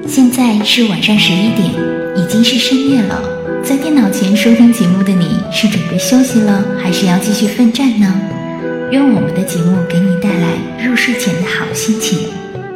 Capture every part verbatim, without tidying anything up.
现在是晚上十一点，已经是深夜了。在电脑前收听节目的你，是准备休息了，还是要继续奋战呢？愿我们的节目给你带来入睡前的好心情。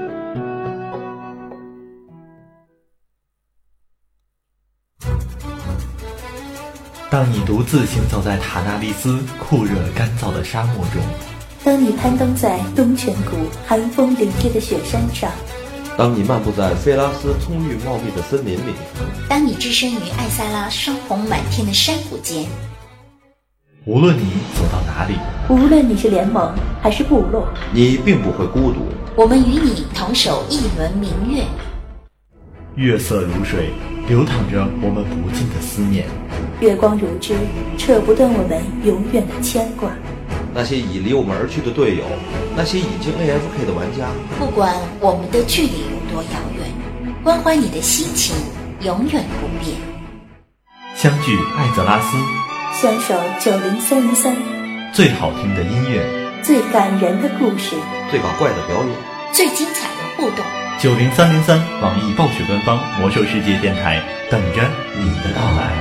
当你独自行走在塔纳利斯酷热干燥的沙漠中， 当你攀登在东泉谷寒风凛冽的雪山上， 当你漫步在菲拉斯葱郁茂密的森林里， 当你置身于艾塞拉霜红满天的山谷间， 无论你走到哪里， 无论你是联盟还是部落， 你并不会孤独。 我们与你同守一轮明月。 月色如水，流淌着我们不尽的思念。 月光如织，扯不断我们永远的牵挂。 那些已离我们而去的队友，那些已经 A F K 的玩家， 不管我们的距离有多遥远，关怀你的心情永远不变。 相聚艾泽拉斯， 相守九零三零三， 最好听的音乐， 最感人的故事， 最搞怪的表演， 最精彩的互动。 九零三零三网易暴雪官方魔兽世界电台，等着你的到来。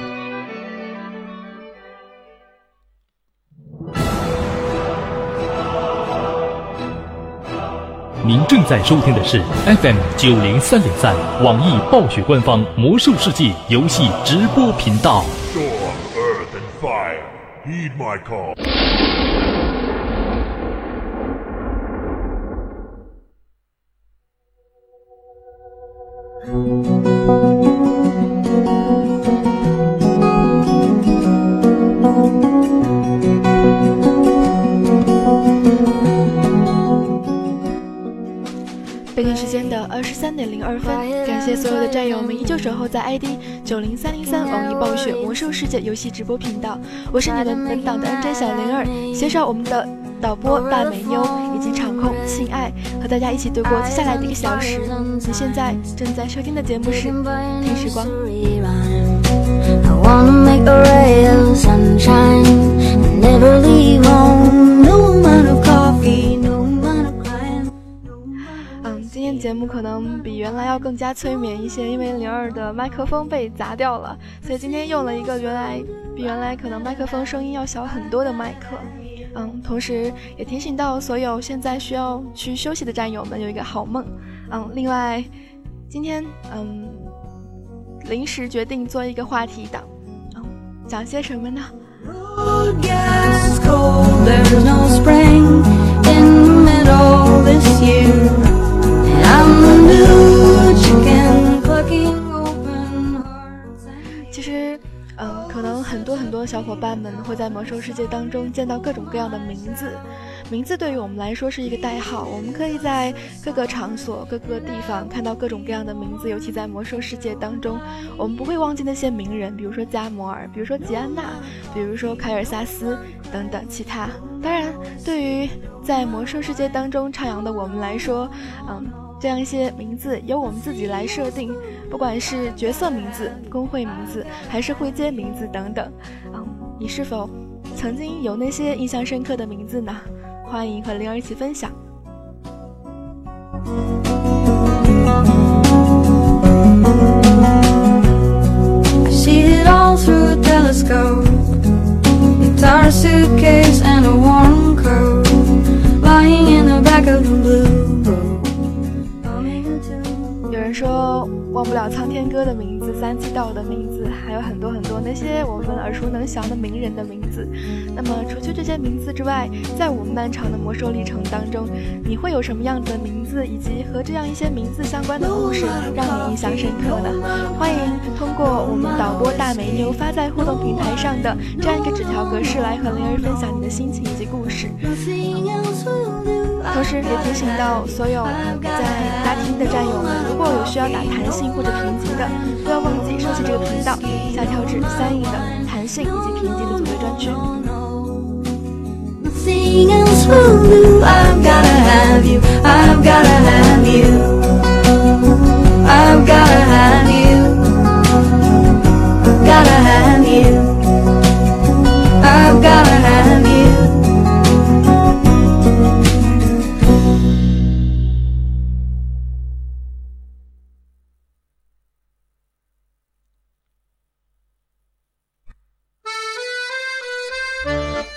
您正在收听的是 F M 九零三点三网易暴雪官方魔兽世界游戏直播频道。 Storm, earth and fire, heed my call. 北京时间的二十三点零二分，感谢所有的战友们依旧守候在 I D 九零三零三网易暴雪魔兽世界游戏直播频道，我是你们本档的 N J 小灵儿，携手我们的导播大美妞以及场控亲爱，和大家一起度过接下来的一个小时。你现在正在收听的节目是听时光。 I wanna make a ray of sunshine and never leave home. No amount of coffee, no amount of crying. 嗯，今天节目可能比原来要更加催眠一些，因为灵儿的麦克风被砸掉了，所以今天用了一个原来比原来可能麦克风声音要小很多的麦克。嗯，同时也提醒到所有现在需要去休息的战友们有一个好梦。嗯，另外今天嗯临时决定做一个话题档，嗯，讲些什么呢？ Road gets cold, there's no spring in the middle this year. And I'm the new chicken clucking open hearts. 其实嗯，可能很多很多小伙伴们会在魔兽世界当中见到各种各样的名字，名字对于我们来说是一个代号，我们可以在各个场所各个地方看到各种各样的名字，尤其在魔兽世界当中，我们不会忘记那些名人，比如说加摩尔，比如说吉安娜，比如说凯尔萨斯等等其他。当然对于在魔兽世界当中徜徉的我们来说，嗯，这样一些名字由我们自己来设定，不管是角色名字、公会名字还是会街名字等等。嗯，你是否曾经有那些印象深刻的名字呢？欢迎和灵儿一起分享。 I see it all through a telescope. Guitar, suitcase, and a warm coat lying in the back of the blue. 有人说忘不了苍天歌的名字，三季道的名字，还有很多很多那些我们耳熟能详的名人的名字。那么除去这些名字之外，在我们漫长的魔兽历程当中，你会有什么样子的名字，以及和这样一些名字相关的故事让你印象深刻呢？欢迎通过我们导播大美妞发在互动平台上的这样一个纸条格式来和灵儿分享你的心情以及故事。同时也提醒到所有在大厅的战友们，如果有需要打弹性或者评级的，不要忘记收起这个频道，下跳至相应的弹性以及评级的组队专区。 Nothing else will do. I've gotta have you. I've gotta have you. I've gotta have you. I've gotta have you. I've gotta have you.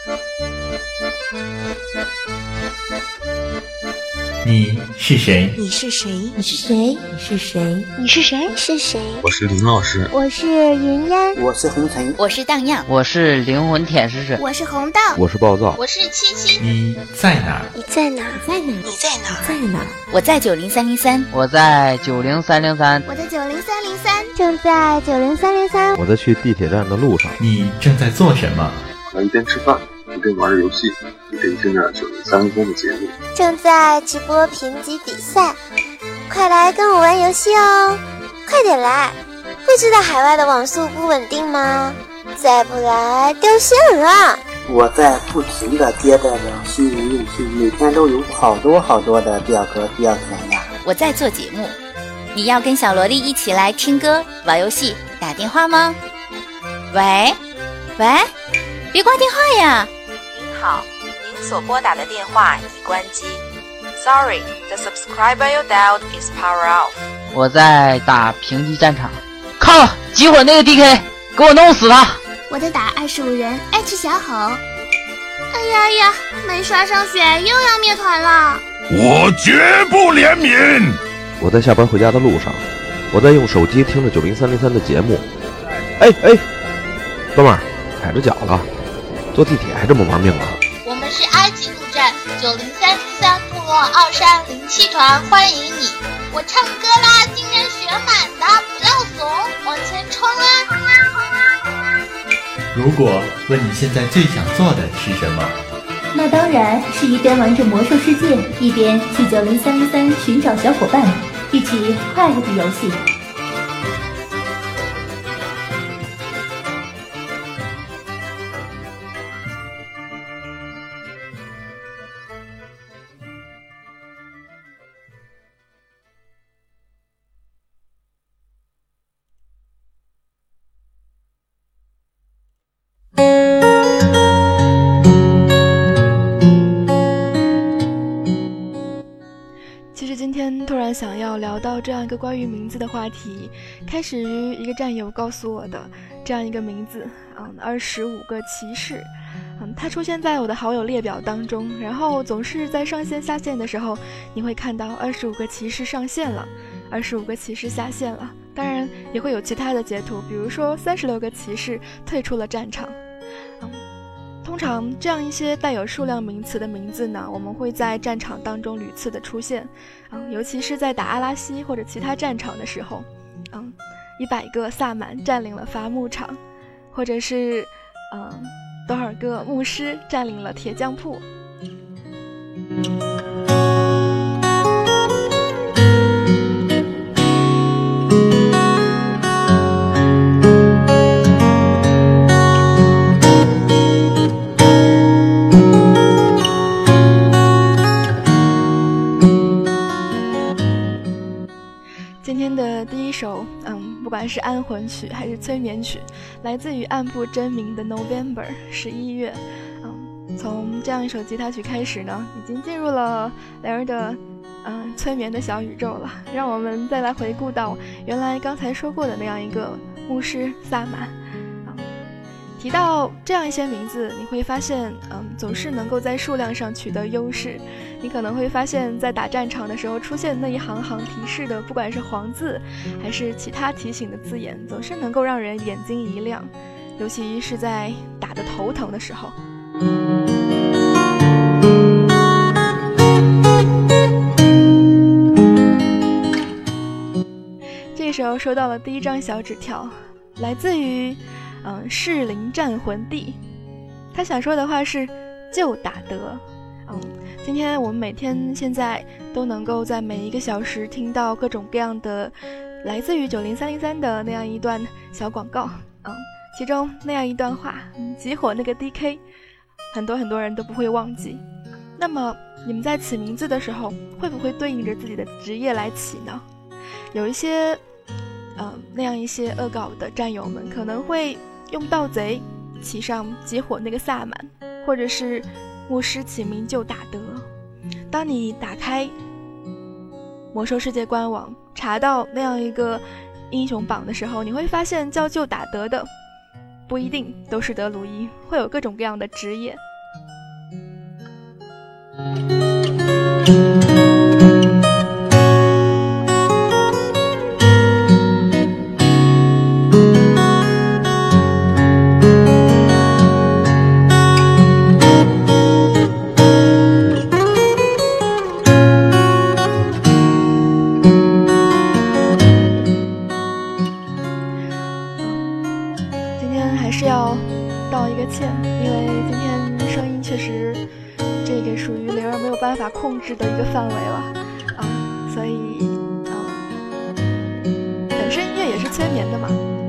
你是谁？ 你是谁？ 你是谁？你是谁？ 你是谁？ 你是谁？ 我是林老师， 我是云烟， 我是红尘， 我是荡漾， 我是灵魂舔食者， 我是红豆， 我是暴躁， 我是七七。 你在哪儿？ 你在哪儿？ 你在哪儿？ 你在哪儿？ 在哪儿？ 我在九零三零三， 我在九零三零三， 我在九零三零三，正在九零三零三。 我在去地铁站的路上。 你正在做什么？ 我一边吃饭，一边玩着游戏，一边听着九零三零三的节目。 正在直播评级比赛，快来跟我玩游戏哦！快点来！不知道海外的网速不稳定吗？再不来掉线了。 我在不停地接待着新人应聘，每天都有好多好多的表格需要填呀。 我在做节目，你要跟小萝莉一起来听歌、玩游戏、打电话吗？喂，喂，别挂电话呀！ 您好，您所拨打的电话已关机。Sorry, the subscriber you dialed is power off. 我在打平级战场，靠！集火那个 D K， 给我弄死他！ 我在打二十五人 H 小吼。哎呀呀，没刷上血又要灭团了！ 我绝不怜悯。 我在下班回家的路上，我在用手机听着九零三零三的节目。哎哎，哥们儿，踩着脚了，坐地铁还这么玩命啊！ 我们是埃及路站九零三零三部落奥山零七团，欢迎你！我唱歌啦，竟然学满的，不要怂，往前冲啊！ 如果问你现在最想做的是什么， 那当然是一边玩着魔兽世界，一边去九零三零三寻找小伙伴，一起快乐的游戏。 想要聊到这样一个关于名字的话题，开始于一个战友告诉我的这样一个名字，嗯，二十五个骑士，嗯，它出现在我的好友列表当中，然后总是在上线下线的时候，你会看到二十五个骑士上线了，二十五个骑士下线了，当然也会有其他的截图，比如说三十六个骑士退出了战场，嗯。通常这样一些带有数量名词的名字呢，我们会在战场当中屡次的出现，嗯，尤其是在打阿拉西或者其他战场的时候，嗯，一百个萨满占领了伐木场，或者是嗯多少个牧师占领了铁匠铺。首嗯，不管是安魂曲还是催眠曲，来自于暗部真名的 November 十一月，嗯，从这样一首吉他曲开始呢，已经进入了两人的嗯催眠的小宇宙了。让我们再来回顾到原来刚才说过的那样一个牧师萨满。提到这样一些名字，你会发现嗯，总是能够在数量上取得优势。你可能会发现在打战场的时候出现那一行行提示的，不管是黄字还是其他提醒的字眼，总是能够让人眼睛一亮，尤其是在打得头疼的时候。这时候收到了第一张小纸条，来自于嗯，士林战魂帝，他想说的话是就打得。嗯，今天我们每天现在都能够在每一个小时听到各种各样的来自于九零三零三的那样一段小广告，嗯，其中那样一段话，嗯，集火那个 D K， 很多很多人都不会忘记。那么你们在起名字的时候，会不会对应着自己的职业来起呢？有一些呃那样一些恶搞的战友们可能会用盗贼起上集火那个萨满，或者是牧师起名就打得。当你打开魔兽世界官网查到那样一个英雄榜的时候，你会发现叫就打得的不一定都是德鲁伊，会有各种各样的职业。 控制的一个范围了，啊、嗯，所以，嗯，本身音乐也是催眠的嘛，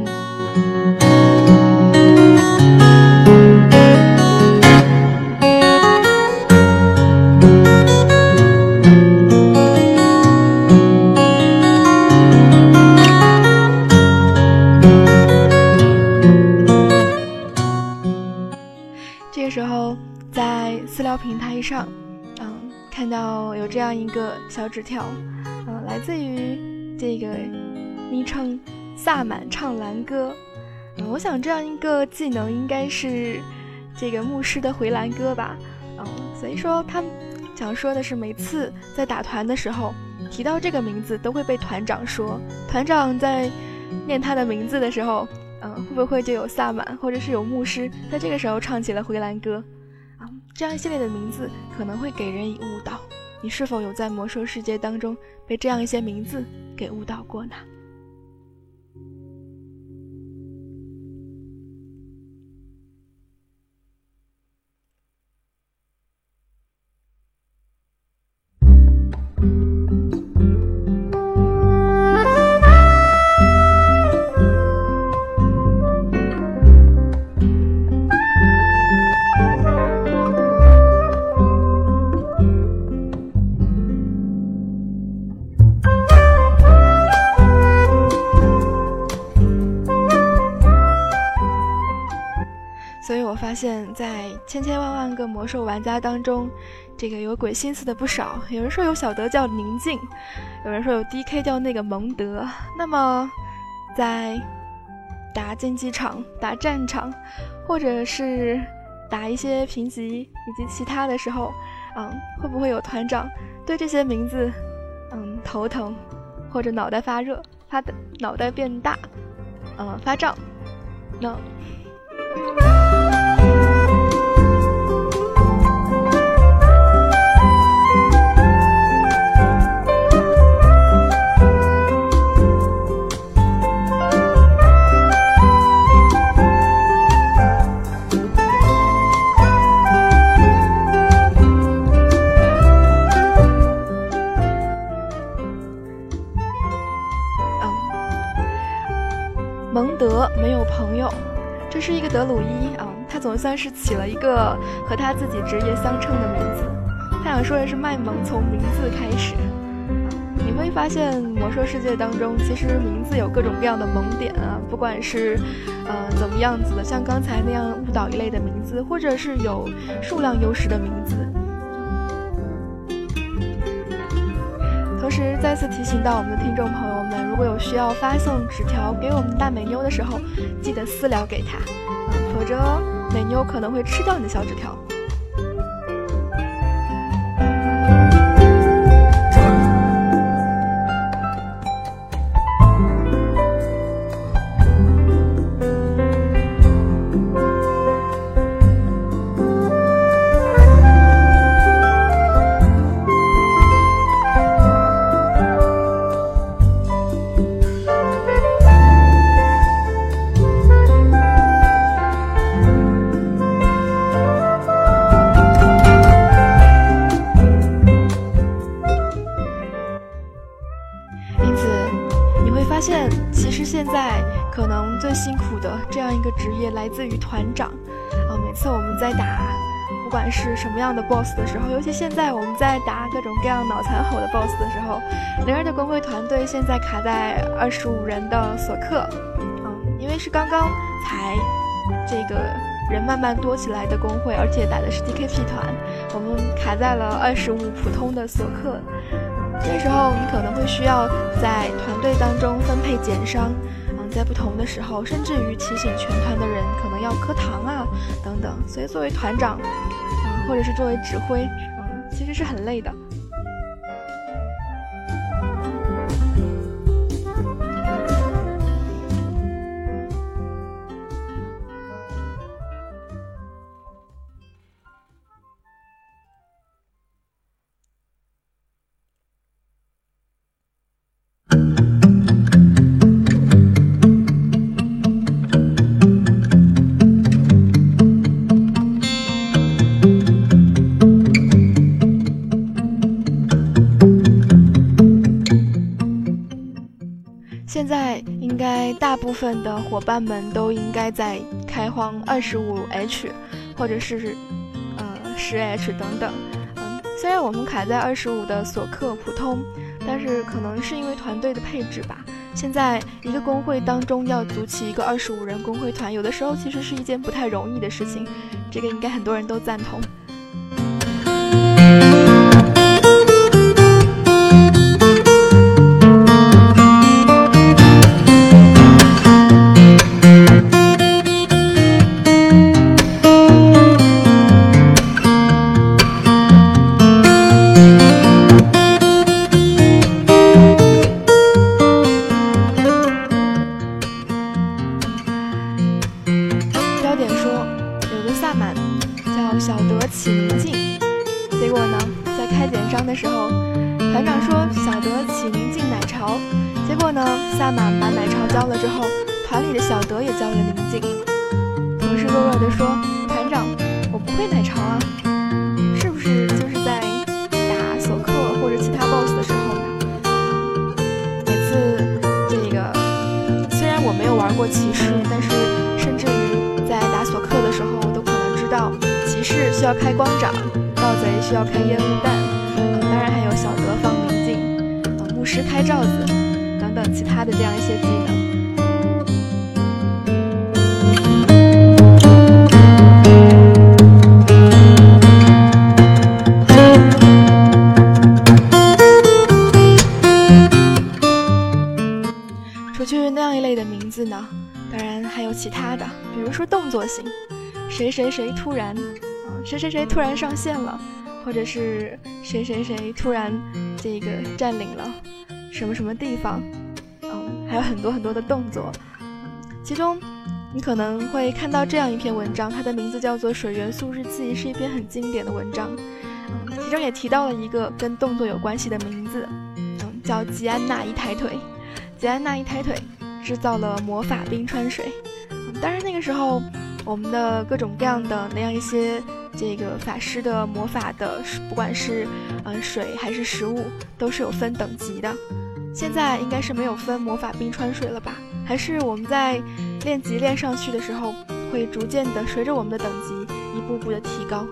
嗯。这个时候，在私聊平台上。看到有这样一个小纸条，嗯、呃，来自于这个昵称萨满唱蓝歌，嗯、呃，我想这样一个技能应该是这个牧师的回蓝歌吧，嗯、呃，所以说他们想说的是，每次在打团的时候提到这个名字，都会被团长说，团长在念他的名字的时候，嗯、呃，会不会就有萨满或者是有牧师在这个时候唱起了回蓝歌？这样一系列的名字可能会给人以误导，你是否有在魔兽世界当中被这样一些名字给误导过呢？发现在千千万万个魔兽玩家当中，这个有鬼心思的不少，有人说有小德叫宁静，有人说有 D K 叫那个蒙德。那么在打竞技场、打战场，或者是打一些评级以及其他的时候，嗯，会不会有团长对这些名字嗯头疼，或者脑袋发热、发的脑袋变大，嗯发胀？那蒙德没有朋友，这是一个德鲁伊啊、嗯，他总算是起了一个和他自己职业相称的名字。他想说的是卖萌从名字开始。你会发现魔兽世界当中，其实名字有各种各样的萌点啊，不管是呃怎么样子的，像刚才那样误导一类的名字，或者是有数量优势的名字。同时再次提醒到我们的听众朋友们，如果有需要发送纸条给我们大美妞的时候，记得私聊给她、嗯、否则美妞可能会吃掉你的小纸条。现在可能最辛苦的这样一个职业来自于团长啊！每次我们在打不管是什么样的 boss 的时候，尤其现在我们在打各种各样脑残吼的 boss 的时候，灵儿的公会团队现在卡在二十五人的索克，嗯，因为是刚刚才这个人慢慢多起来的公会，而且打的是 D K P 团，我们卡在了二十五普通的索克。这时候你可能会需要在团队当中分配减伤，嗯，在不同的时候，甚至于提醒全团的人可能要磕糖啊等等。所以作为团长，嗯，或者是作为指挥，嗯， 其实是很累的。现在应该大部分的伙伴们都应该在开荒 二十五 H 或者是呃 十 H 等等。嗯，虽然我们卡在二十五的索克普通，但是可能是因为团队的配置吧。现在一个工会当中要组起一个二十五人工会团，有的时候其实是一件不太容易的事情，这个应该很多人都赞同。萨满把奶茶交了之后，团里的小德也交了宁静。同事弱弱地说：“团长，我不会奶茶啊，是不是就是在打索克或者其他 boss 的时候呢？”每次这个虽然我没有玩过骑士，但是甚至于在打索克的时候，我都可能知道骑士需要开光掌，盗贼需要开烟雾弹，嗯、当然还有小德放宁静，呃、牧师开罩子。等其他的这样一些技能。除去那样一类的名字呢，当然还有其他的，比如说动作型，谁谁谁突然，啊、呃，谁谁谁突然上线了，或者是谁谁谁突然这个占领了什么什么地方。还有很多很多的动作，其中你可能会看到这样一篇文章，它的名字叫做《水元素日记》，是一篇很经典的文章。嗯，其中也提到了一个跟动作有关系的名字，嗯，叫吉安娜一抬腿。吉安娜一抬腿制造了魔法冰川水。嗯，当然那个时候我们的各种各样的那样一些这个法师的魔法的，不管是嗯水还是食物，都是有分等级的。现在应该是没有分魔法冰川水了吧？还是我们在练级练上去的时候，会逐渐的随着我们的等级一步步的提高。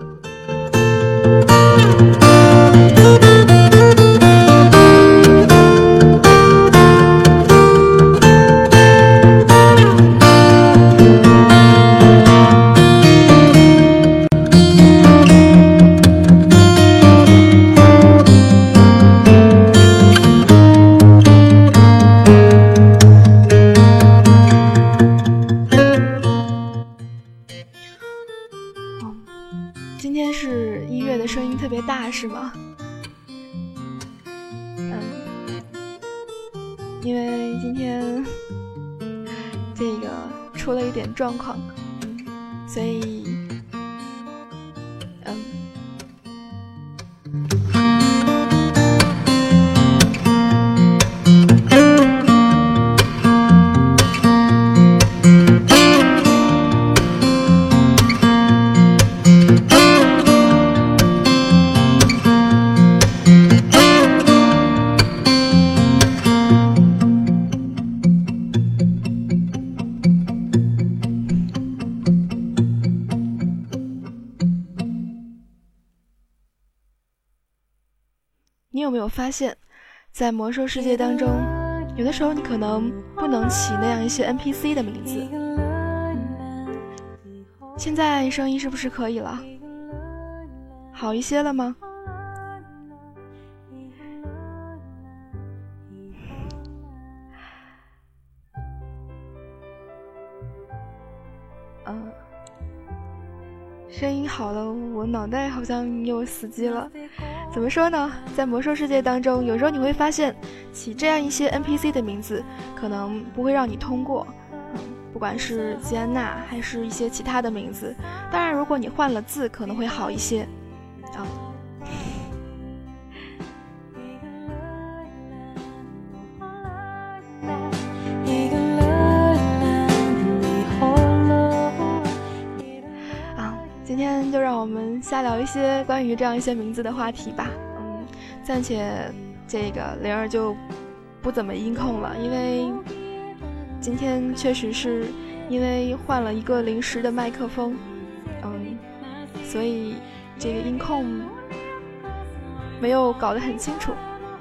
是吗？嗯，因为今天这个出了一点状况，所以嗯。你有没有发现，在魔兽世界当中，有的时候你可能不能起那样一些 N P C 的名字。现在声音是不是可以了？好一些了吗？嗯，声音好了，我脑袋好像又死机了。 怎么说呢？在魔兽世界当中，有时候你会发现起这样一些 N P C 的名字，可能不会让你通过，嗯，不管是吉安娜还是一些其他的名字。当然，如果你换了字，可能会好一些啊。今天就让我们瞎聊一些关于这样一些名字的话题吧。嗯，暂且这个灵儿就不怎么音控了，因为今天确实是因为换了一个临时的麦克风，嗯，所以这个音控没有搞得很清楚。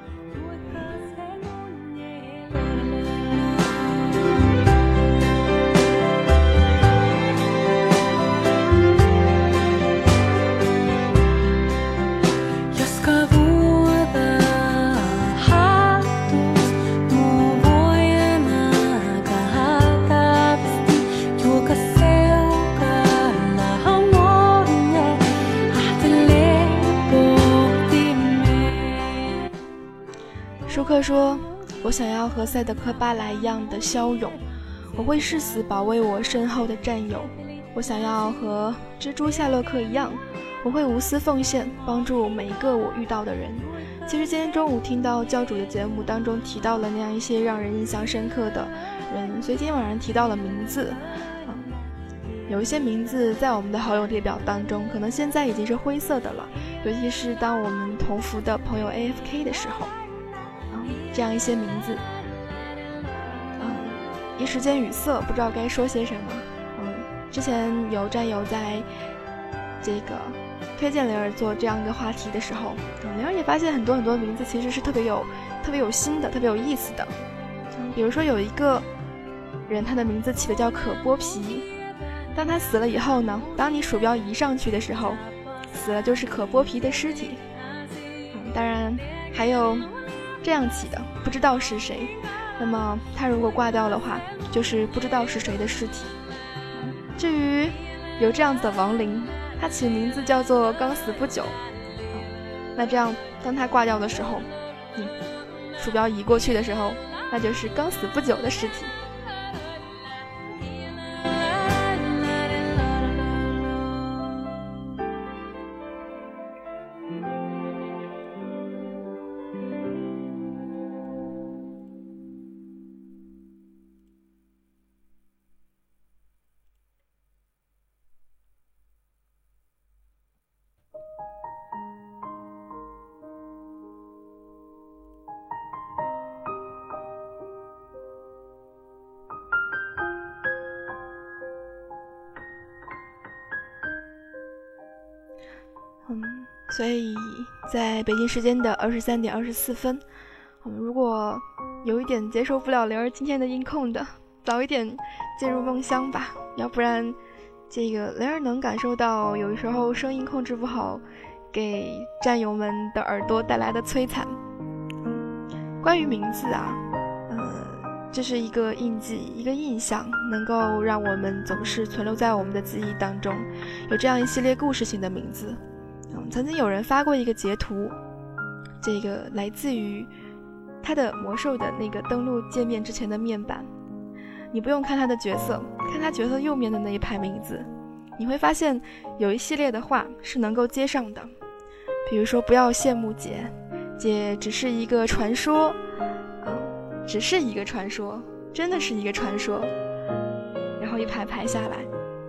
舒克说，我想要和赛德克巴莱一样的骁勇，我会誓死保卫我身后的战友。我想要和蜘蛛夏洛克一样，我会无私奉献，帮助每一个我遇到的人。其实今天中午听到教主的节目当中提到了那样一些让人印象深刻的人，所以今天晚上提到了名字。嗯，有一些名字在我们的好友列表当中，可能现在已经是灰色的了，尤其是当我们同服的朋友 A F K 的时候。这样一些名字，嗯，一时间语塞，不知道该说些什么。嗯，之前有战友在这个推荐灵儿做这样一个话题的时候，嗯，灵儿也发现很多很多名字其实是特别有、特别有心的、特别有意思的。嗯，比如说有一个人，他的名字起的叫可剥皮，当他死了以后呢，当你鼠标移上去的时候，死了就是可剥皮的尸体。嗯，当然还有这样起的不知道是谁，那么他如果挂掉的话，就是不知道是谁的尸体。至于有这样子的亡灵，他起名字叫做刚死不久，那这样当他挂掉的时候，你鼠标移过去的时候，那就是刚死不久的尸体。嗯，所以在北京时间的二十三点二十四分，嗯，如果有一点接受不了灵儿今天的音控的，早一点进入梦乡吧，要不然这个灵儿能感受到有时候声音控制不好给战友们的耳朵带来的摧残。嗯，关于名字啊，呃，这是一个印记，一个印象，能够让我们总是存留在我们的记忆当中，有这样一系列故事性的名字。嗯，曾经有人发过一个截图，这个来自于他的魔兽的那个登录界面之前的面板，你不用看他的角色，看他角色右面的那一排名字，你会发现有一系列的话是能够接上的。比如说不要羡慕姐，姐只是一个传说，嗯，只是一个传说，真的是一个传说，然后一排排下来。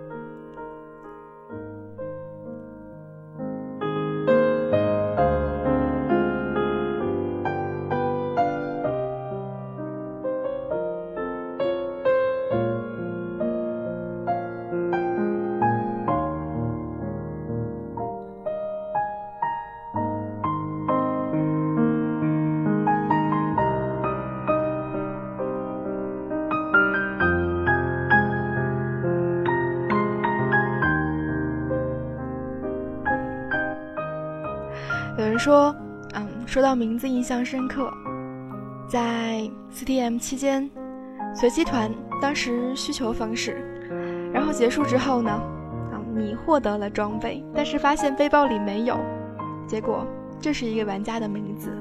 有人说，嗯，说到名字印象深刻，在 C T M 期间，随机团当时需求方式，然后结束之后呢，嗯，你获得了装备，但是发现背包里没有，结果这是一个玩家的名字。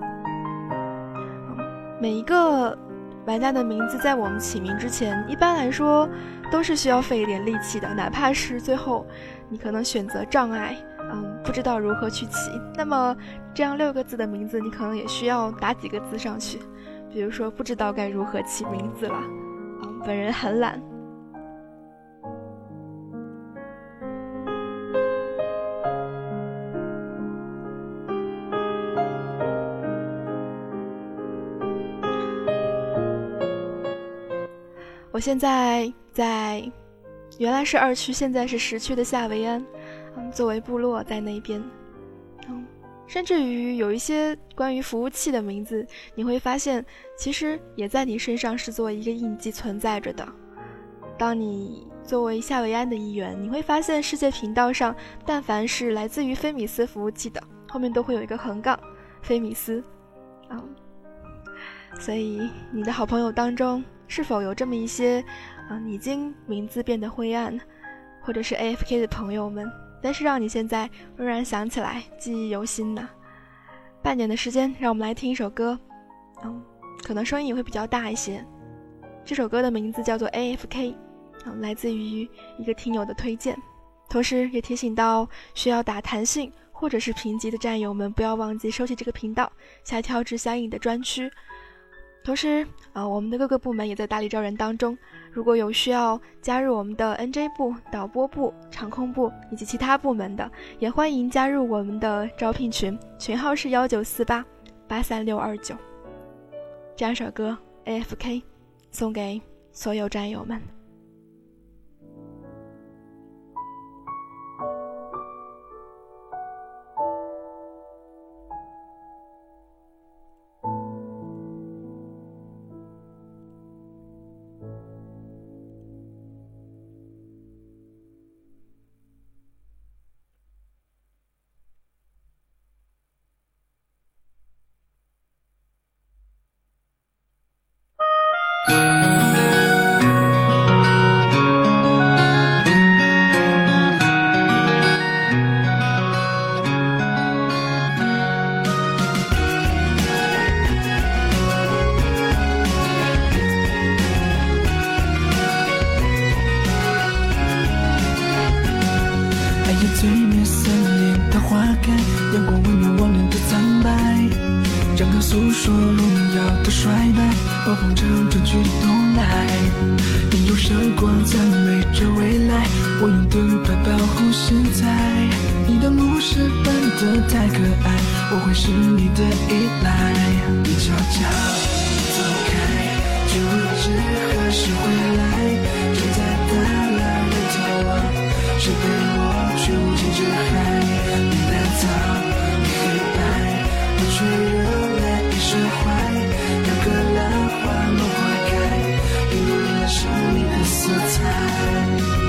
每一个玩家的名字在我们起名之前，一般来说都是需要费一点力气的，哪怕是最后你可能选择障碍，嗯，不知道如何去起，那么这样六个字的名字你可能也需要打几个字上去，比如说不知道该如何起名字了，嗯，本人很懒。我现在在原来是二区，现在是十区的夏维安，嗯，作为部落在那边，嗯，甚至于有一些关于服务器的名字，你会发现其实也在你身上是作为一个印记存在着的。当你作为夏维安的一员，你会发现世界频道上但凡是来自于菲米斯服务器的，后面都会有一个横杠菲米斯，嗯，所以你的好朋友当中是否有这么一些嗯，已经名字变得灰暗或者是 A F K 的朋友们，但是让你现在仍然想起来记忆犹新呢？半年的时间，让我们来听一首歌，嗯，可能声音也会比较大一些。这首歌的名字叫做 A F K， 嗯，来自于一个听友的推荐，同时也提醒到需要打弹性或者是评级的战友们，不要忘记收起这个频道，下调至相应的专区。同时呃，我们的各个部门也在大力招人当中，如果有需要加入我们的 N J 部、导播部、场控部以及其他部门的，也欢迎加入我们的招聘群，群号是幺九四八八三六二九。这样首歌 A F K 送给所有战友们。 最灭森林的花开，阳光温暖往年的苍白，整个诉说荣耀的衰败，暴风城争取东来，你用闪光赞美着未来，我用盾牌保护现在，你的路是扮得太可爱，我会是你的依赖，你悄悄走开，就不知何时回来，正在大浪人逃亡，谁陪我去无尽之海，你烂草，你黑白，我却仍然已释怀，两个浪花落花开，遗落了生命的色彩。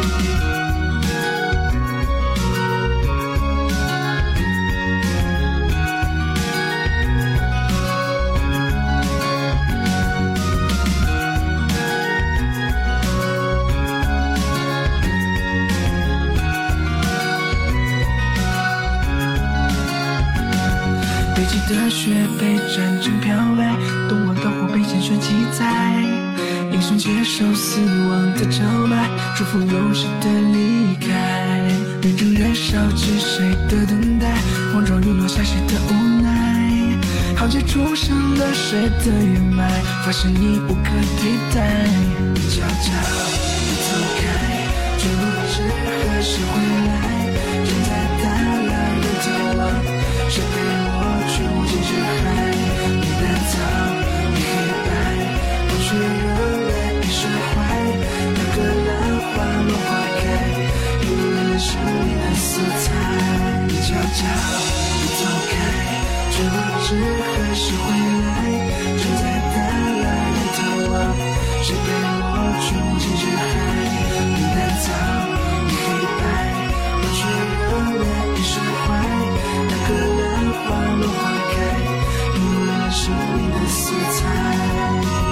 北极的雪被战争漂白，东望灯火被鲜血记载，英雄接受死亡的招牌，祝福勇士的离开，人争人少知谁的等待，莽撞陨落下谁的无奈，浩劫出生了谁的圆满，发现你无可替代，悄悄走开，却不知何时回来，正在大浪人逃亡，谁陪我去无尽之海，你烂草，你黑白，我却仍然已释怀，两个浪花落花开，遗落了生命的色彩，你悄悄走开，却不知何时回来，正在大浪人逃亡，谁陪我去无尽之海，你烂草，你黑白，我却仍然已释怀，两个浪花落花开，遗落了生命的色彩。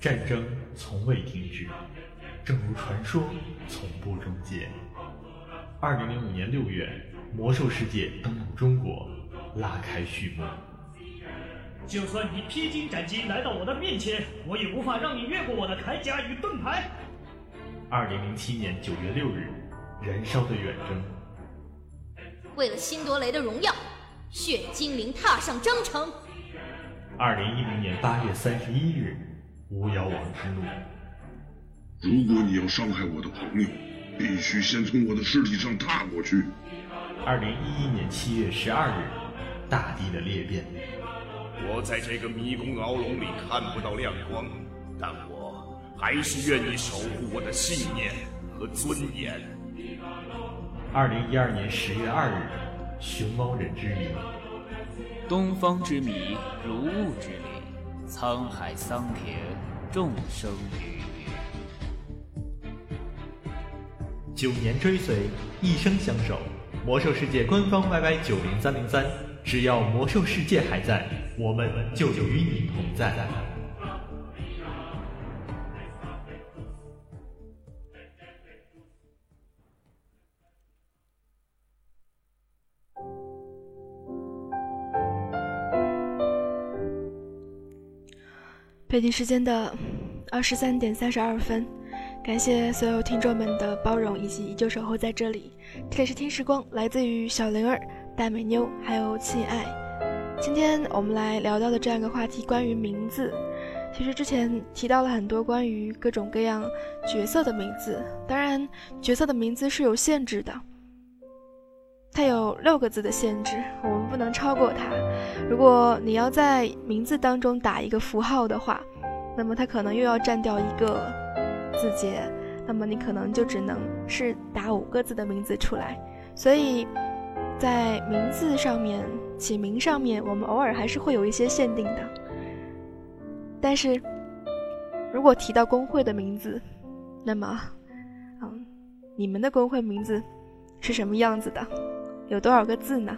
战争从未停止，正如传说从不终结。二零零五年六月，魔兽世界登陆中国，拉开序幕。 就算你披荆斩棘来到我的面前，我也无法让你越过我的铠甲与盾牌。 二零零七年九月六日，燃烧的远征。 为了辛多雷的荣耀，血精灵踏上征程。 二零一零年八月三十一日，巫妖王之怒。 如果你要伤害我的朋友，必须先从我的尸体上踏过去。 二零一一年七月十二日，大地的裂变。 我在这个迷宫牢笼里看不到亮光，但我还是愿意守护我的信念和尊严。 二零一二年十月二日，熊猫人之谜。 东方之谜，如雾之里，沧海桑田，众生鱼鱼。 九年追随，一生相守。魔兽世界官方 Y Y 九零三零三，只要魔兽世界还在，我们就与你同在。 北京时间的二十三点三十二分，感谢所有听众们的包容以及依旧守候在这里。这里是听时光，来自于小灵儿、大美妞还有亲爱。今天我们来聊到的这样一个话题，关于名字。其实之前提到了很多关于各种各样角色的名字，当然角色的名字是有限制的，它有六个字的限制，我们不能超过它。如果你要在名字当中打一个符号的话，那么它可能又要占掉一个字节，那么你可能就只能是打五个字的名字出来。所以在名字上面、起名上面，我们偶尔还是会有一些限定的。但是如果提到工会的名字，那么嗯，你们的工会名字是什么样子的？有多少个字呢？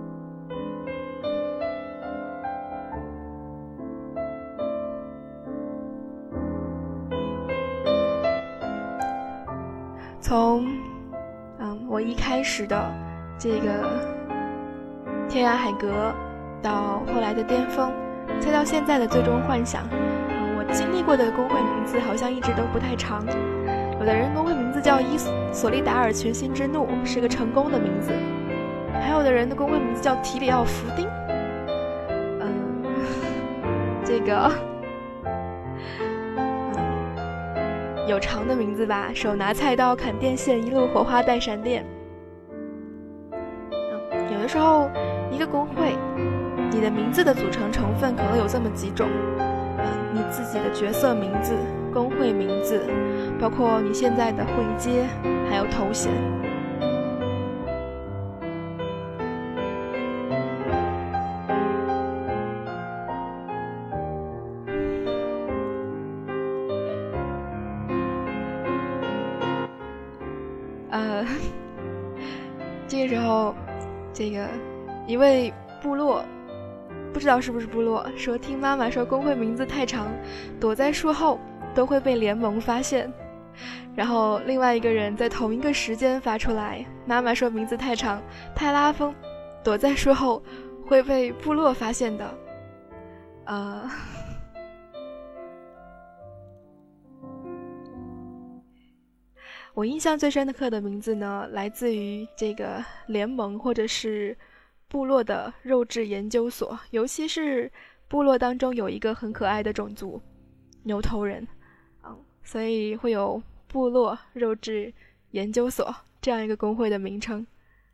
从嗯我一开始的这个天涯海阁，到后来的巅峰，再到现在的最终幻想，嗯，我经历过的工会名字好像一直都不太长。有的人工会名字叫伊索利达尔群星之怒，是个成功的名字。还有的人的工会名字叫提里奥弗丁，嗯，这个，嗯，有长的名字吧，手拿菜刀砍电线，一路火花带闪电。嗯，有的时候一个工会，你的名字的组成成分可能有这么几种，嗯，你自己的角色名字、工会名字，包括你现在的会阶，还有头衔。呃，这个时候，这个一位部落，不知道是不是部落，说听妈妈说工会名字太长，躲在树后都会被联盟发现。然后另外一个人在同一个时间发出来，妈妈说名字太长，太拉风，躲在树后会被部落发现的。呃。我印象最深刻的名字呢，来自于这个联盟或者是部落的肉质研究所，尤其是部落当中有一个很可爱的种族牛头人，嗯，所以会有部落肉质研究所这样一个工会的名称。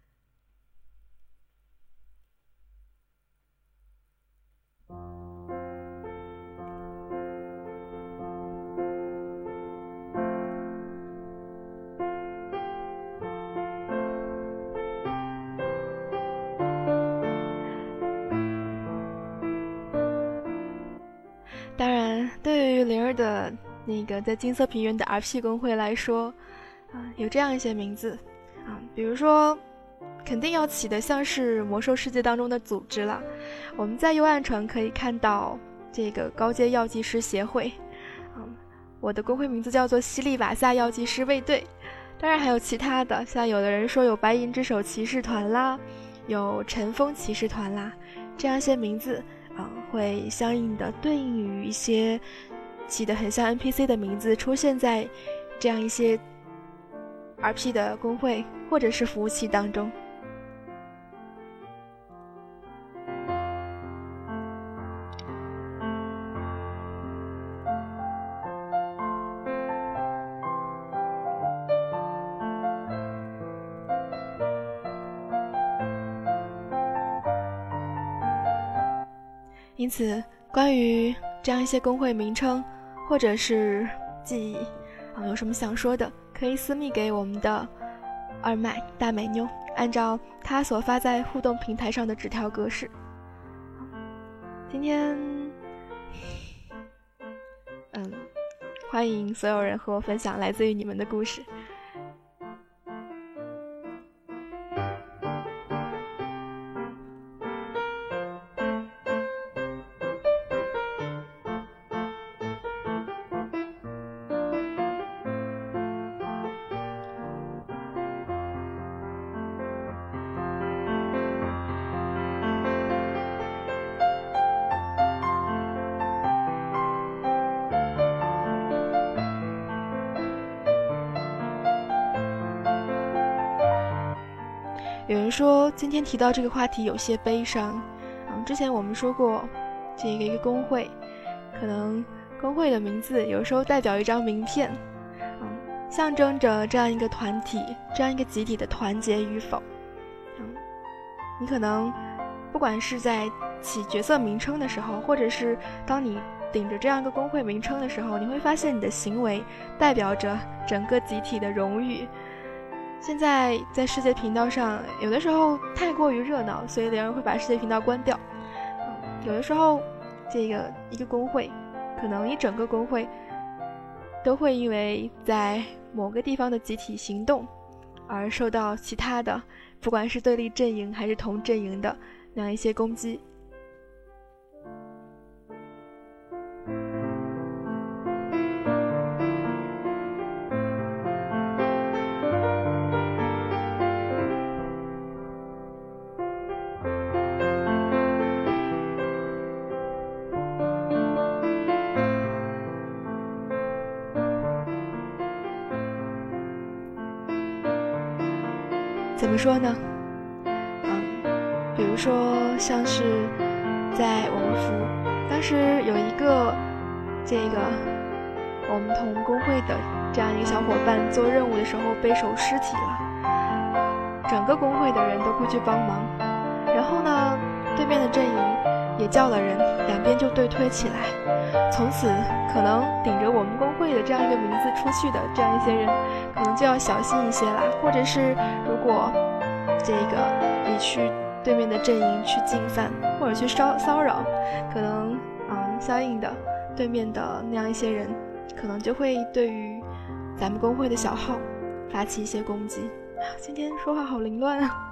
当然，对于灵儿的那个在金色平原的 R P 工会来说，啊、呃，有这样一些名字啊、呃，比如说，肯定要起的像是魔兽世界当中的组织了。我们在幽暗城可以看到这个高阶药剂师协会，嗯、呃， 我的工会名字叫做西里瓦萨药剂师卫队。当然还有其他的，像有的人说有白银之手骑士团啦，有尘封骑士团啦，这样一些名字啊、呃，会相应的对应于一些起得很像 N P C 的名字出现在这样一些 R P 的工会或者是服务器当中。因此关于这样一些工会名称或者是记忆啊，有什么想说的可以私密给我们的二麦大美妞，按照他所发在互动平台上的纸条格式。今天嗯，欢迎所有人和我分享来自于你们的故事。有人说今天提到这个话题有些悲伤，嗯，之前我们说过，这个一个工会，可能工会的名字有时候代表一张名片，嗯，象征着这样一个团体、这样一个集体的团结与否。嗯，你可能不管是在起角色名称的时候，或者是当你顶着这样一个工会名称的时候，你会发现你的行为代表着整个集体的荣誉。现在在世界频道上，有的时候太过于热闹，所以有人会把世界频道关掉。嗯，有的时候，这个一个工会，可能一整个工会都会因为在某个地方的集体行动而受到其他的，不管是对立阵营还是同阵营的那样一些攻击。怎么说呢？嗯，比如说像是在我们服，当时有一个这个我们同工会的这样一个小伙伴做任务的时候被守尸体了，整个工会的人都过去帮忙，然后呢，对面的阵营也叫了人，两边就对推起来。从此，可能顶着我们工会的这样一个名字出去的这样一些人，可能就要小心一些啦。或者是如果这个你去对面的阵营去进犯，或者去骚骚扰，可能嗯，相应的对面的那样一些人，可能就会对于咱们工会的小号发起一些攻击。今天说话好凌乱啊。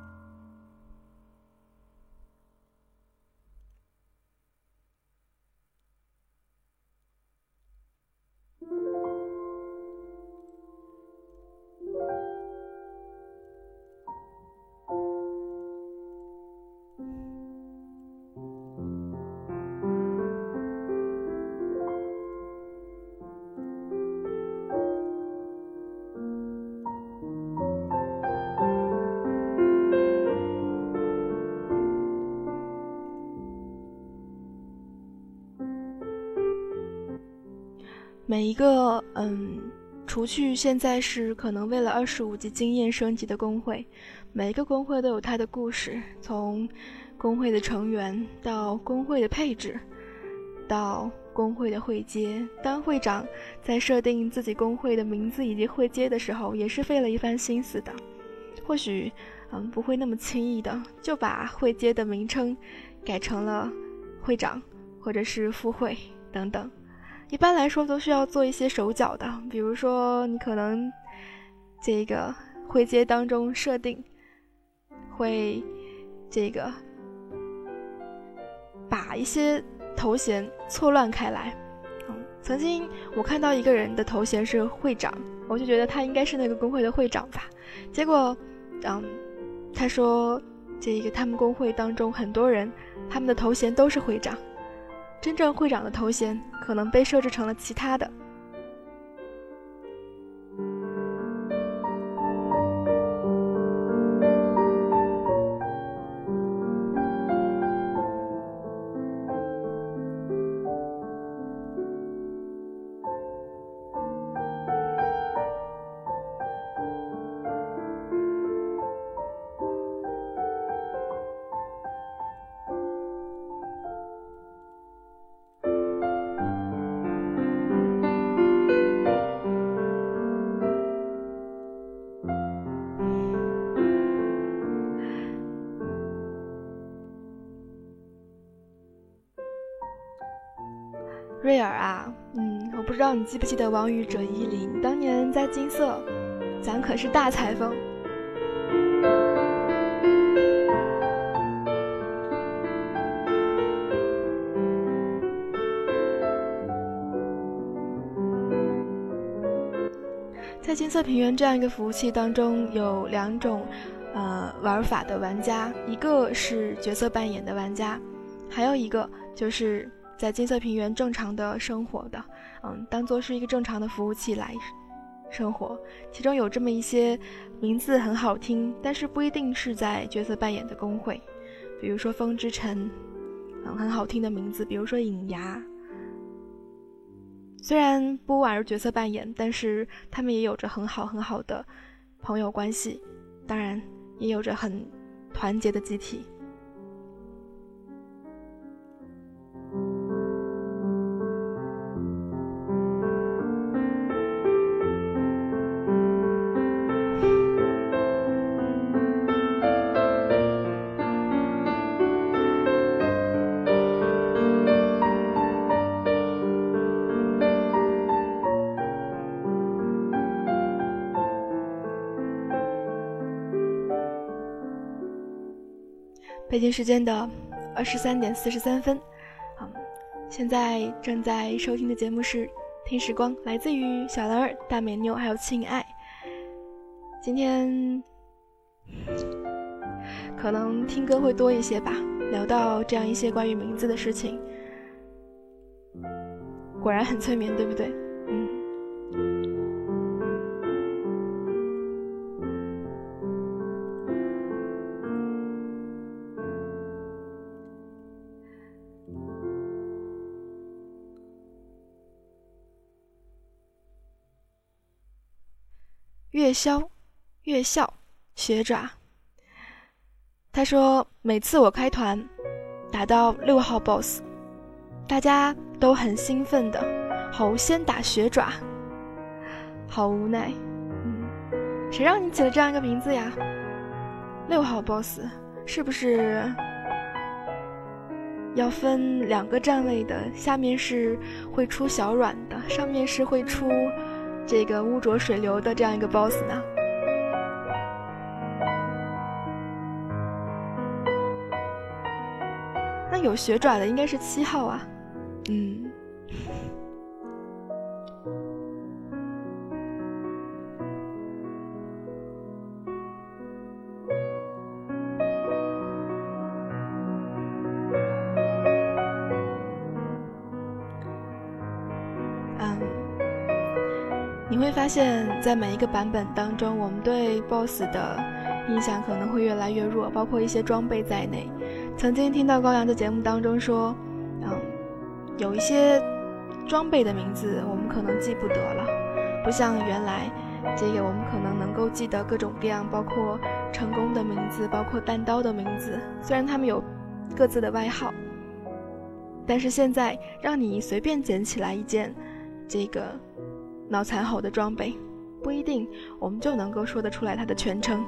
每一个嗯，除去现在是可能为了二十五级经验升级的工会，每一个工会都有它的故事，从工会的成员到工会的配置，到工会的会阶。当会长在设定自己工会的名字以及会阶的时候，也是费了一番心思的。或许嗯，不会那么轻易的就把会阶的名称改成了会长或者是副会等等。一般来说都需要做一些手脚的，比如说你可能这个会阶当中设定会这个把一些头衔错乱开来，嗯， 曾经我看到一个人的头衔是会长，我就觉得他应该是那个工会的会长吧。结果，嗯，他说这个他们工会当中很多人，他们的头衔都是会长，真正会长的头衔可能被设置成了其他的。瑞尔啊，嗯，我不知道你记不记得王宇者一零，当年在金色，咱可是大裁缝。在金色平原这样一个服务器当中，有两种呃玩法的玩家，一个是角色扮演的玩家，还有一个就是在金色平原正常的生活的，嗯，当做是一个正常的服务器来生活。其中有这么一些名字很好听，但是不一定是在角色扮演的工会，比如说风之城，嗯，很好听的名字，比如说影牙。虽然不玩角色扮演，但是他们也有着很好很好的朋友关系，当然也有着很团结的集体。北京时间的二十三点四十三分，嗯，现在正在收听的节目是《听时光》，来自于小兰儿、大美妞还有庆爱。今天可能听歌会多一些吧，聊到这样一些关于名字的事情，果然很催眠，对不对？嗯。月宵，月校，学爪。他说每次我开团打到六号 boss， 大家都很兴奋的吼先打学爪，好无奈。嗯，谁让你起了这样一个名字呀？六号 boss 是不是要分两个站位的？下面是会出小软的，上面是会出这个污浊水流的这样一个 boss 呢？那有血爪的应该是七号啊。嗯，你会发现在每一个版本当中，我们对 boss 的印象可能会越来越弱，包括一些装备在内。曾经听到高阳在节目当中说，嗯，有一些装备的名字我们可能记不得了，不像原来这个我们可能能够记得各种各样，包括成功的名字，包括单刀的名字，虽然他们有各自的外号，但是现在让你随便捡起来一件这个脑残猴的装备，不一定我们就能够说得出来它的全称。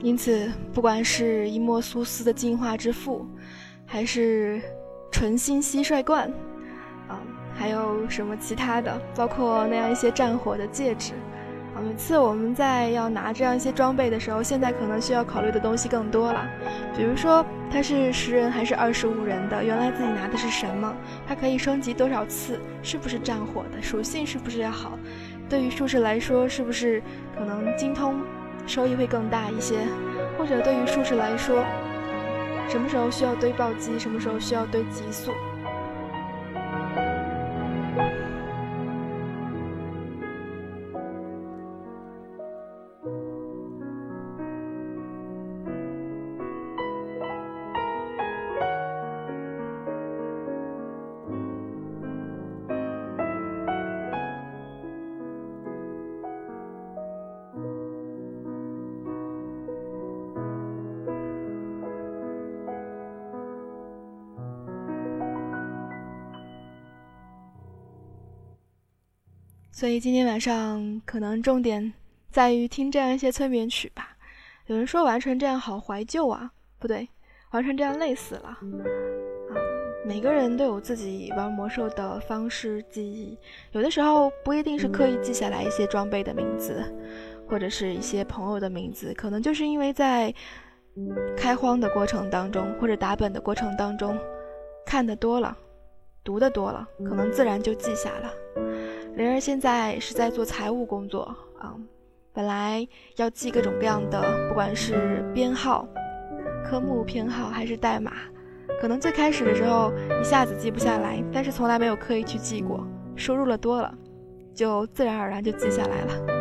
因此不管是一墨苏斯的进化之父，还是纯心蟋蟀冠啊，还有什么其他的，包括那样一些战火的戒指啊，每次我们在要拿这样一些装备的时候，现在可能需要考虑的东西更多了。比如说它是十人还是二十五人的，原来自己拿的是什么，它可以升级多少次，是不是战火的，属性是不是要好，对于术士来说是不是可能精通收益会更大一些，或者对于术士来说什么时候需要堆暴击，什么时候需要堆极速。所以今天晚上可能重点在于听这样一些催眠曲吧。有人说完成这样好怀旧啊，不对，完成这样累死了啊。每个人都有自己玩魔兽的方式记忆，有的时候不一定是刻意记下来一些装备的名字，或者是一些朋友的名字，可能就是因为在开荒的过程当中，或者打本的过程当中看得多了，读得多了，可能自然就记下了。灵儿现在是在做财务工作啊、嗯，本来要记各种各样的，不管是编号、科目编号还是代码，可能最开始的时候一下子记不下来，但是从来没有刻意去记过，输入了多了，就自然而然就记下来了。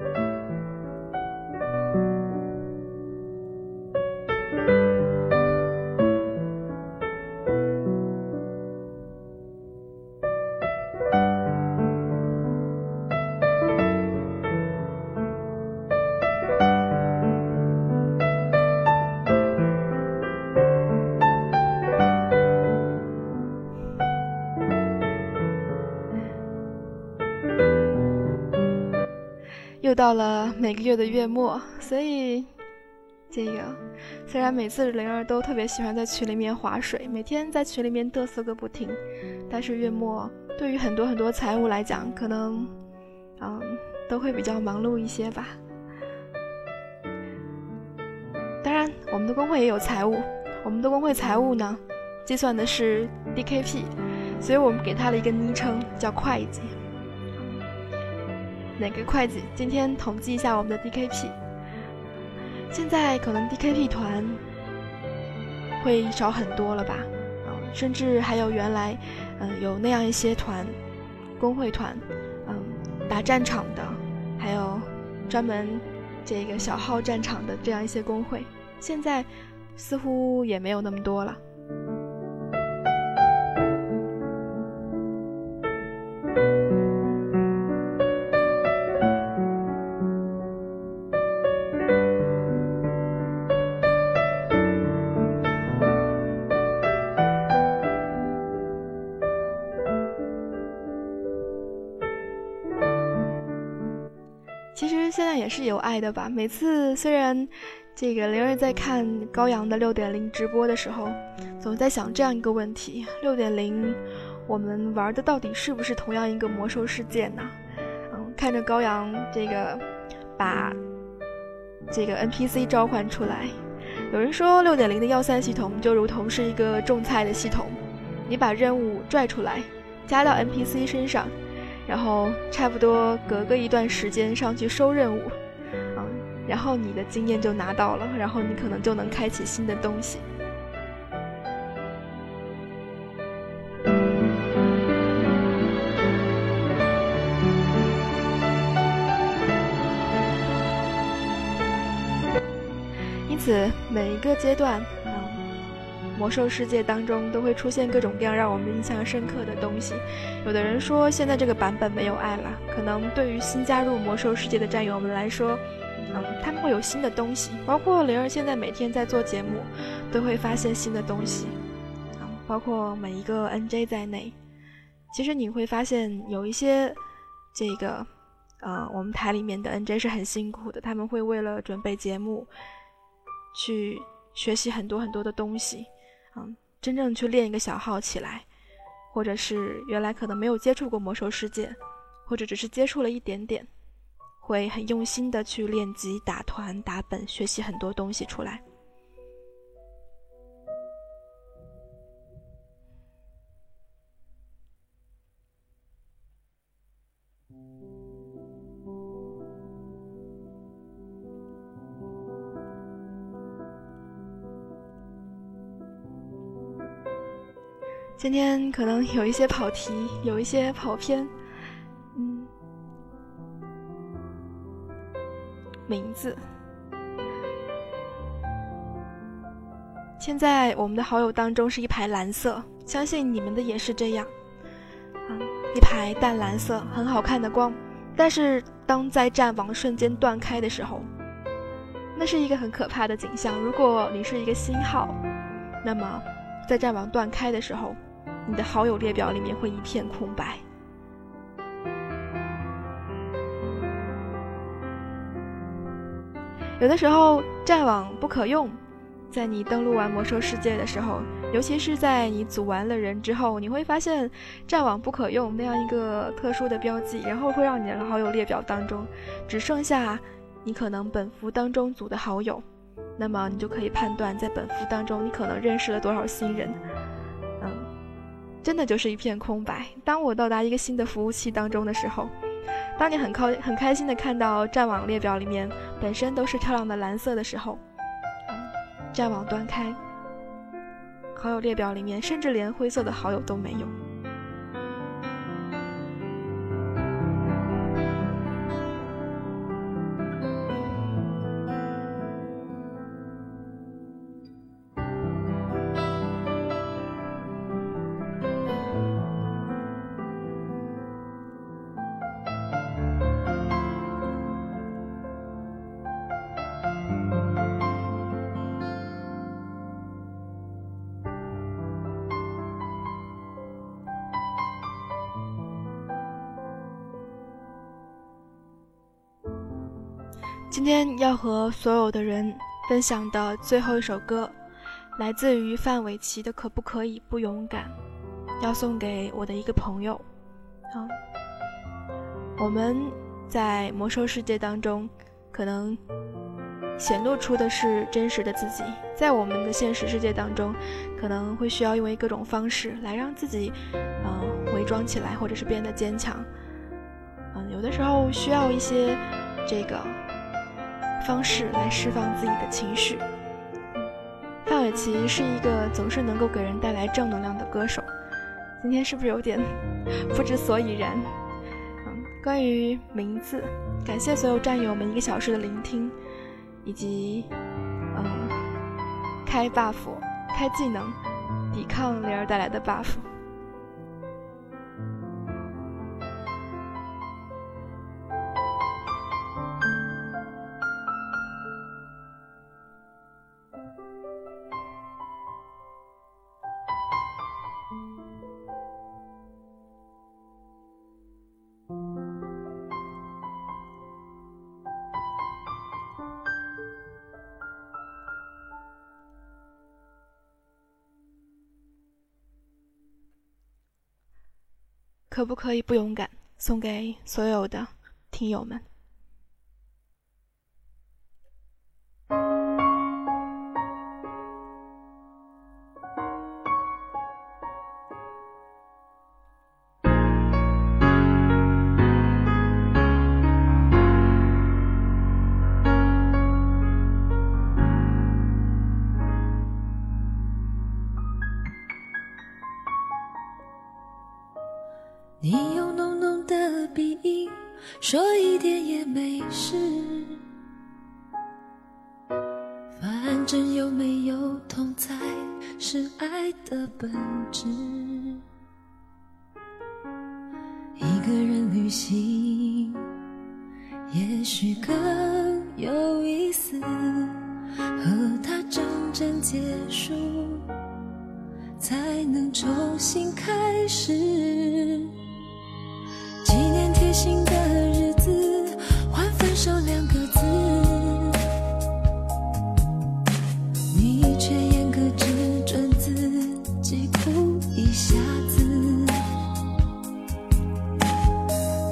又到了每个月的月末，所以这个虽然每次灵儿都特别喜欢在群里面划水，每天在群里面嘚瑟个不停，但是月末对于很多很多财务来讲，可能嗯都会比较忙碌一些吧。当然我们的公会也有财务，我们的公会财务呢计算的是 D K P， 所以我们给它了一个昵称叫会计。哪个会计今天统计一下我们的 D K P， 现在可能 D K P 团会少很多了吧、嗯、甚至还有原来、呃、有那样一些团，工会团、嗯、打战场的，还有专门这个小号战场的这样一些工会，现在似乎也没有那么多了。其实现在也是有爱的吧，每次虽然这个灵儿在看高阳的 六点零 直播的时候，总在想这样一个问题， 六点零 我们玩的到底是不是同样一个魔兽世界呢？嗯，看着高阳这个把这个 N P C 召唤出来，有人说 六点零 的要塞系统就如同是一个种菜的系统，你把任务拽出来加到 N P C 身上，然后差不多隔个一段时间上去收任务，嗯，然后你的经验就拿到了，然后你可能就能开启新的东西。因此每一个阶段嗯，魔兽世界当中都会出现各种各样让我们印象深刻的东西。有的人说现在这个版本没有爱了，可能对于新加入魔兽世界的战友们来说，嗯，他们会有新的东西，包括灵儿现在每天在做节目都会发现新的东西、嗯、包括每一个 N J 在内。其实你会发现有一些这个呃，我们台里面的 N J 是很辛苦的，他们会为了准备节目去学习很多很多的东西，嗯，真正去练一个小号起来，或者是原来可能没有接触过魔兽世界，或者只是接触了一点点，会很用心的去练级、打团、打本，学习很多东西出来。今天可能有一些跑题，有一些跑偏，嗯，名字。现在我们的好友当中是一排蓝色，相信你们的也是这样，嗯，一排淡蓝色，很好看的光。但是当在战网瞬间断开的时候，那是一个很可怕的景象。如果你是一个新号，那么在战网断开的时候，你的好友列表里面会一片空白。有的时候战网不可用，在你登录完魔兽世界的时候，尤其是在你组完了人之后，你会发现战网不可用那样一个特殊的标记，然后会让你的好友列表当中只剩下你可能本服当中组的好友，那么你就可以判断在本服当中你可能认识了多少新人。嗯，真的就是一片空白。当我到达一个新的服务器当中的时候，当你很开很开心的看到战网列表里面本身都是漂亮的蓝色的时候，嗯，战网断开，好友列表里面甚至连灰色的好友都没有。今天要和所有的人分享的最后一首歌，来自于范玮琪的《可不可以不勇敢》，要送给我的一个朋友。啊，我们在魔兽世界当中，可能显露出的是真实的自己，在我们的现实世界当中，可能会需要用各种方式来让自己，呃，伪装起来，或者是变得坚强。嗯，有的时候需要一些这个方式来释放自己的情绪。范玮琪是一个总是能够给人带来正能量的歌手，今天是不是有点不知所以然？嗯，关于名字，感谢所有战友们一个小时的聆听，以及嗯开 buff 开技能抵抗雷儿带来的 buff。可不可以不勇敢？送给所有的听友们。 你用浓浓的鼻音说一点也没事，反正有没有痛才是爱的本质。一个人旅行也许更有意思，和他真正结束才能重新开始。纪念贴心的日子，换分手两个字，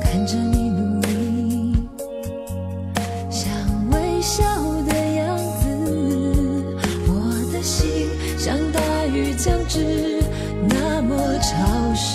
看着你努力，像微笑的样子，我的心像大雨将至，那么潮湿。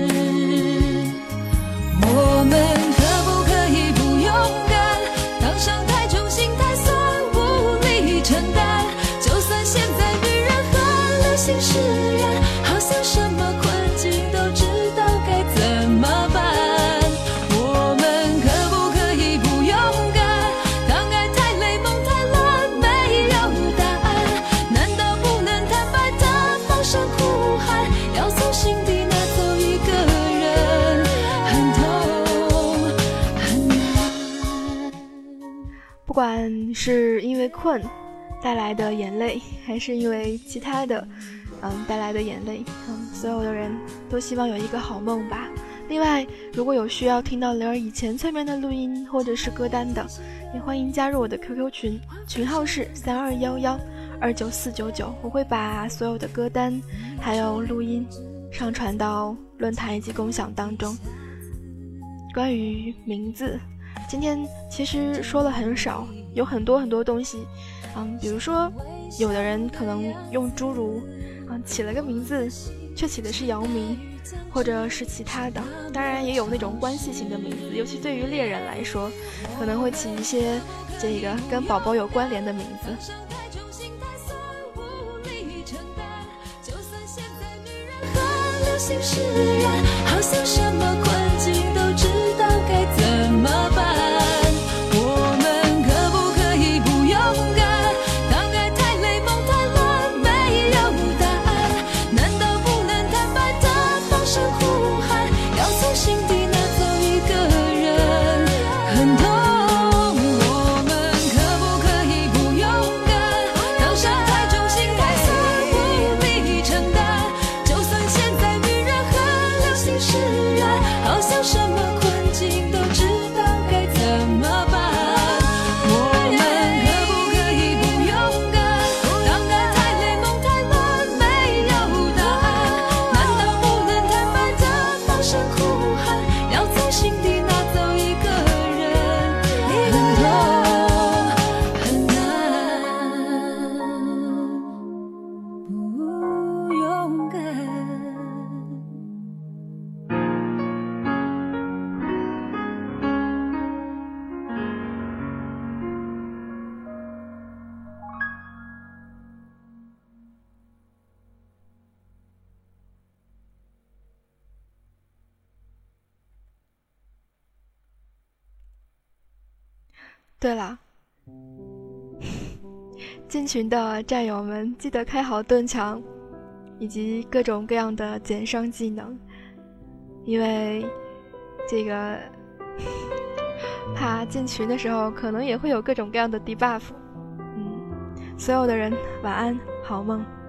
我们可不可以不勇敢，当伤太重，心太酸，无力承担，就算现在女人很流行释然，好像什么困境都知道该怎么办。我们可不可以不勇敢，当爱太累，梦太乱，没有答案，难道不能坦白的放声哭喊，要从心底拿走一个人，很痛很难。 不管是因为困带来的眼泪，还是因为其他的嗯带来的眼泪，嗯，所有的人都希望有一个好梦吧。另外，如果有需要听到灵儿以前催眠的录音或者是歌单的，也欢迎加入我的 Q Q 群，群号是三二幺幺二九四九九，我会把所有的歌单还有录音上传到论坛以及共享当中。关于名字，今天其实说了很少，有很多很多东西，嗯，比如说有的人可能用诸如嗯起了个名字却起的是姚明，或者是其他的，当然也有那种关系型的名字，尤其对于猎人来说，可能会起一些这个跟宝宝有关联的名字。 流行释然，好像什么困境都知道该怎么办。我们可不可以不勇敢，当爱太累，梦太乱，没有答案，难道不能坦白的放声呼喊，要从心底拿走一个人，很痛。我们可不可以不勇敢，当伤太重，心太酸，无力承担，就算现在女人很流行释然，好像什么困境都知道该怎么办。我们可不可以不勇敢，当爱太累，梦太乱，没有答案，难道不能坦白的放声呼喊，要从心底拿走一个人，很痛很难，不勇敢。 对了，进群的战友们记得开好盾墙以及各种各样的减伤技能，因为这个怕进群的时候可能也会有各种各样的 debuff。嗯，所有的人晚安，好梦。